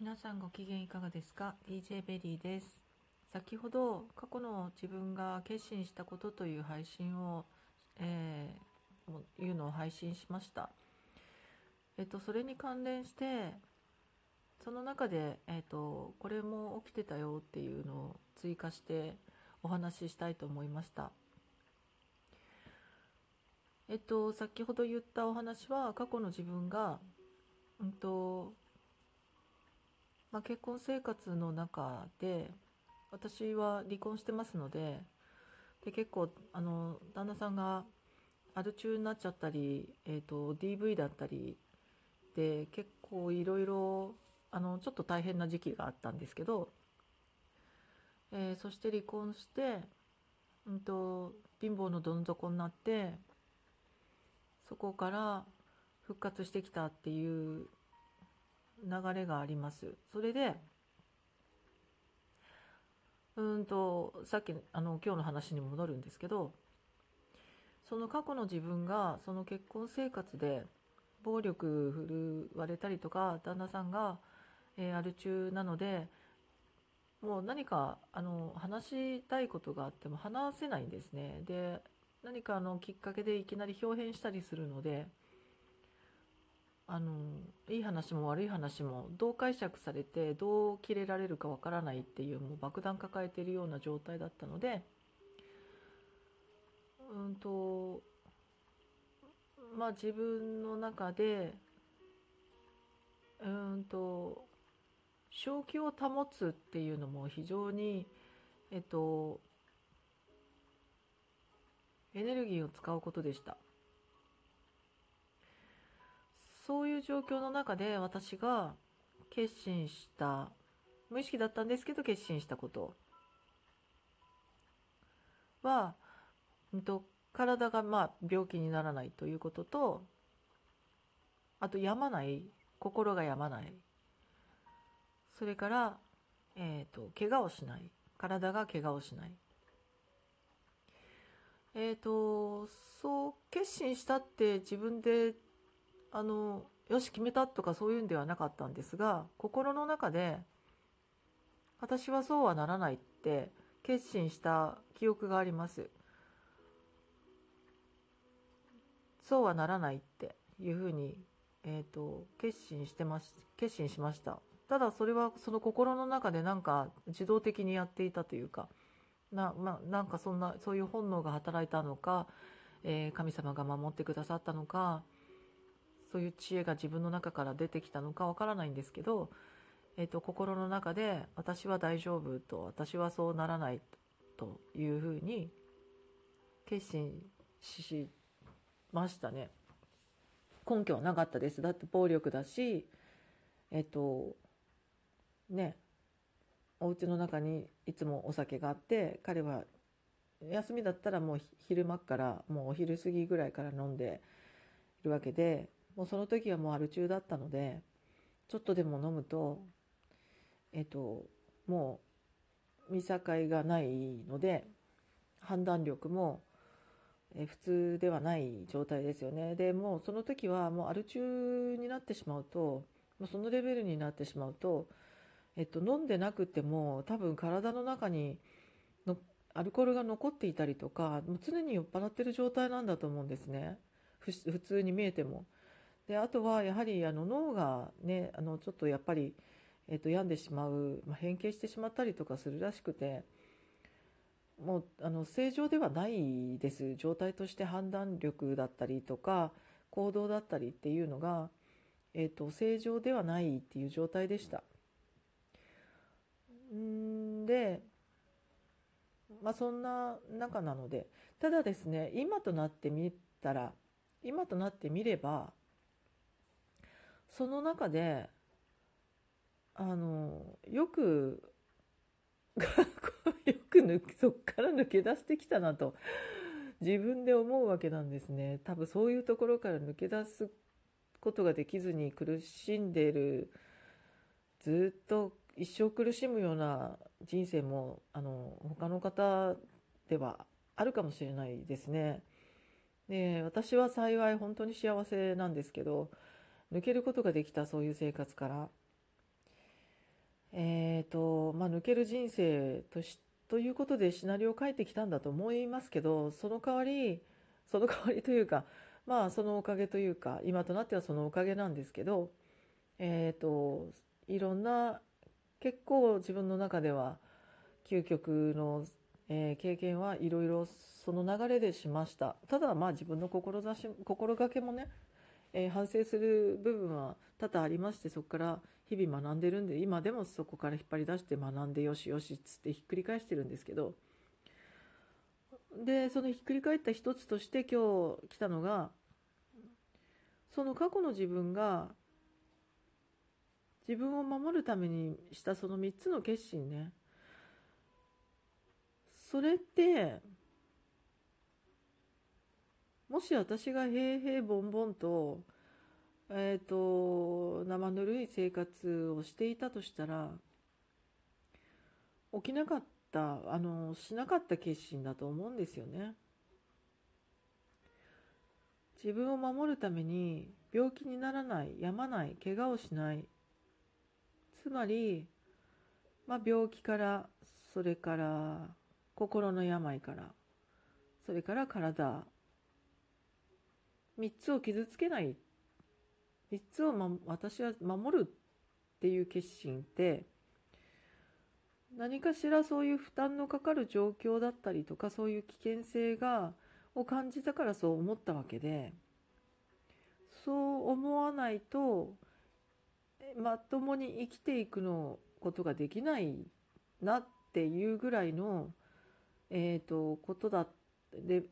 皆さんご機嫌いかがですか？ DJ ベリーです。先ほど過去の自分が決心したことという配信を、いうのを配信しました。それに関連してその中で、これも起きてたよっていうのを追加してお話ししたいと思いました。先ほど言ったお話は過去の自分が、結婚生活の中で私は離婚してますので、結構旦那さんがアル中になっちゃったり、DV だったりで結構いろいろちょっと大変な時期があったんですけど、そして離婚して、貧乏のどん底になってそこから復活してきたっていう流れがあります。それでさっき今日の話に戻るんですけど、その過去の自分がその結婚生活で暴力振るわれたりとか、旦那さんが、アル中なのでもう何か話したいことがあっても話せないんですね。で、何かきっかけでいきなり表変したりするので、いい話も悪い話もどう解釈されてどう切れられるかわからないっていう、もう爆弾抱えているような状態だったので、自分の中で正気を保つっていうのも非常に、エネルギーを使うことでした。そういう状況の中で私が決心した、無意識だったんですけど決心したことは、体が病気にならないということと、あと病まない、心が病まない、それから、怪我をしない、体が怪我をしない、そう決心したって自分でよし決めたとかそういうんではなかったんですが、心の中で私はそうはならないって決心した記憶があります。そうはならないっていうふうに、決心しました。ただそれはその心の中でなんか自動的にやっていたというか、なんかそういう本能が働いたのか、神様が守ってくださったのか、そういう知恵が自分の中から出てきたのかわからないんですけど、心の中で私は大丈夫と、私はそうならないというふうに決心しましたね。根拠はなかったです。だって暴力だし、ね、お家の中にいつもお酒があって、彼は休みだったらもう昼間からもうお昼過ぎぐらいから飲んでいるわけで、もうその時はもうアル中だったので、ちょっとでも飲むともう見境がないので、判断力も普通ではない状態ですよね。でもうその時はもうアル中になってしまうと、もうそのレベルになってしまうと、飲んでなくても多分体の中にのアルコールが残っていたりとか、もう常に酔っ払ってる状態なんだと思うんですね。普通に見えても。で、あとはやはり脳がね、ちょっとやっぱり、病んでしまう、変形してしまったりとかするらしくて、もう正常ではないです。状態として判断力だったりとか行動だったりっていうのが、正常ではないっていう状態でした。で、そんな中なので、ただですね、今となってみれば、その中でよくそっから抜け出してきたなと自分で思うわけなんですね。多分そういうところから抜け出すことができずに苦しんでいる、ずっと一生苦しむような人生も他の方ではあるかもしれないですね。で、私は幸い本当に幸せなんですけど、抜けることができた、そういう生活から。 抜ける人生ということでシナリオを書いてきたんだと思いますけど、その代わりというか、そのおかげというか、今となってはそのおかげなんですけど、いろんな、結構自分の中では究極の、経験はいろいろその流れでしました。ただ自分の心がけもね、反省する部分は多々ありまして、そこから日々学んでるんで、今でもそこから引っ張り出して学んでよしよしっつってひっくり返してるんですけど、でそのひっくり返った一つとして今日来たのが、その過去の自分が自分を守るためにしたその3つの決心ね、それってもし私が平々凡々と生ぬるい生活をしていたとしたら、起きなかったしなかった決心だと思うんですよね。自分を守るために病気にならない、病まない、怪我をしない、つまり、病気から、それから心の病から、それから体、3つを傷つけない、3つを、私は守るっていう決心って、何かしらそういう負担のかかる状況だったりとか、そういう危険性を感じたからそう思ったわけで、そう思わないとまともに生きていくことができないなっていうぐらいの、ことだで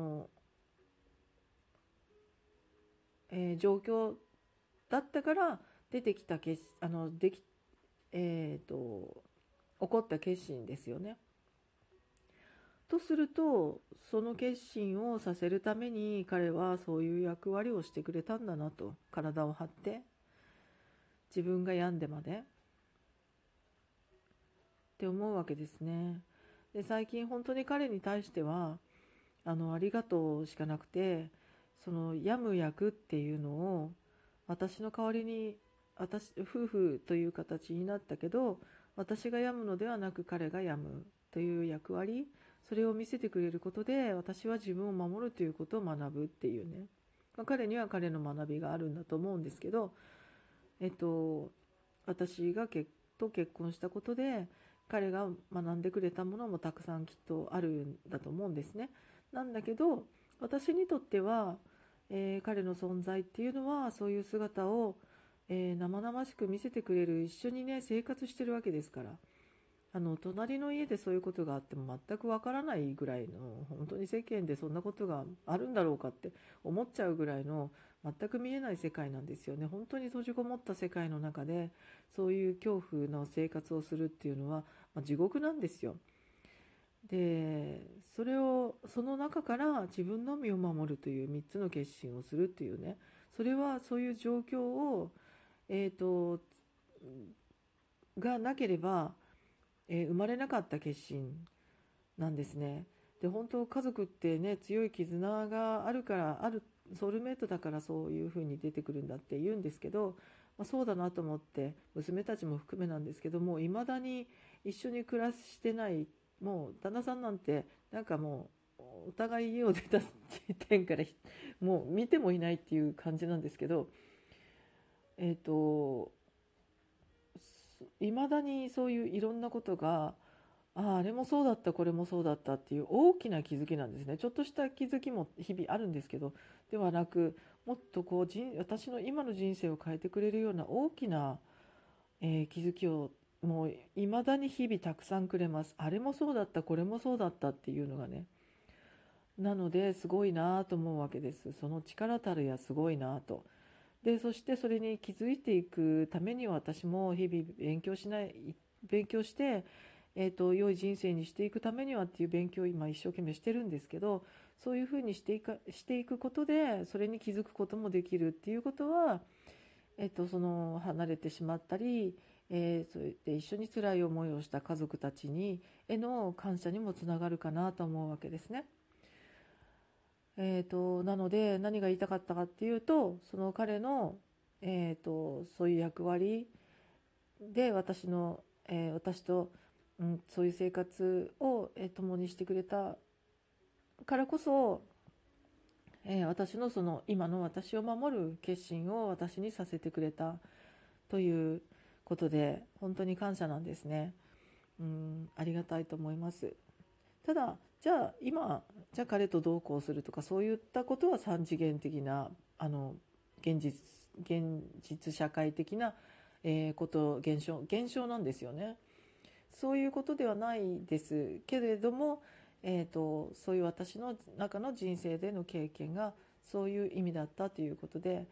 状況だったから出てきた起こった決心ですよね。とすると、その決心をさせるために彼はそういう役割をしてくれたんだなと、体を張って自分が病んでまでって思うわけですね。で、最近本当に彼に対してはありがとうしかなくて、その病む役っていうのを私の代わりに、夫婦という形になったけど、私が病むのではなく彼が病むという役割、それを見せてくれることで私は自分を守るということを学ぶっていうね、彼には彼の学びがあるんだと思うんですけど、私が結婚したことで彼が学んでくれたものもたくさんきっとあるんだと思うんですね。なんだけど私にとっては、彼の存在っていうのはそういう姿を、生々しく見せてくれる、一緒にね生活してるわけですから、隣の家でそういうことがあっても全くわからないぐらいの、本当に世間でそんなことがあるんだろうかって思っちゃうぐらいの、全く見えない世界なんですよね。本当に閉じこもった世界の中でそういう恐怖の生活をするっていうのは、地獄なんですよ。で、その中から自分の身を守るという3つの決心をするっていうね、それはそういう状況を、がなければ、生まれなかった決心なんですね。で、本当家族ってね、強い絆があるから、ソウルメイトだからそういう風に出てくるんだって言うんですけど、そうだなと思って、娘たちも含めなんですけども、未だに一緒に暮らしてない、もう旦那さんなんてなんかもうお互い家を出た時点からもう見てもいないっていう感じなんですけど、未だにそういういろんなことが、あれもそうだった、これもそうだったっていう大きな気づきなんですね。ちょっとした気づきも日々あるんですけど、ではなく、もっと私の今の人生を変えてくれるような大きな、気づきをもう未だに日々たくさんくれます。あれもそうだった、これもそうだったっていうのがね。なのですごいなと思うわけです。その力たるやすごいなと。で、そしてそれに気づいていくためには私も日々勉強して、良い人生にしていくためにはっていう勉強を今一生懸命してるんですけど、そういうふうにしていくことでそれに気づくこともできるっていうことは、その離れてしまったり、そうやって一緒に辛い思いをした家族たちへの感謝にもつながるかなと思うわけですね。なので何が言いたかったかっていうと、その彼の、そういう役割で私の私と、そういう生活を、共にしてくれたからこそ、私のその今の私を守る決心を私にさせてくれたということで、本当に感謝なんですね。ありがたいと思います。ただじゃあ彼とどうこうするとかそういったことは三次元的な現実現実社会的な、現象なんですよね。そういうことではないですけれども、そういう私の中の人生での経験がそういう意味だったということで、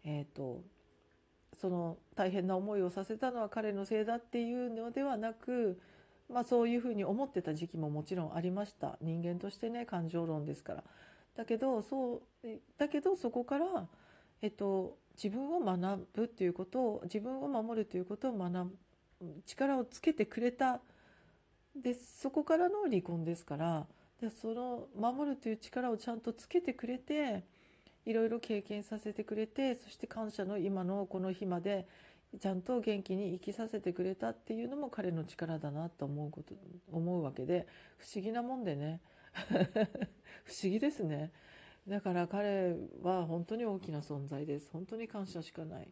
その大変な思いをさせたのは彼のせいだっていうのではなく、そういうふうに思ってた時期ももちろんありました。人間としてね、感情論ですから。だけどそこから、自分を学ぶっていうことを、自分を守るということを学ぶ力をつけてくれた。でそこからの離婚ですから、その守るという力をちゃんとつけてくれて、いろいろ経験させてくれて、そして感謝の今のこの日までちゃんと元気に生きさせてくれたっていうのも彼の力だなと思うわけで、不思議なもんでね不思議ですね。だから彼は本当に大きな存在です。本当に感謝しかない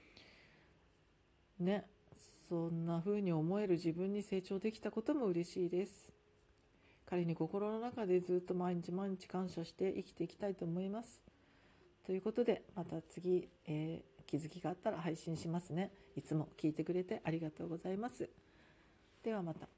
ね。そんな風に思える自分に成長できたことも嬉しいです。彼に心の中でずっと毎日毎日感謝して生きていきたいと思います。ということで、また次、気づきがあったら配信しますね。いつも聞いてくれてありがとうございます。ではまた。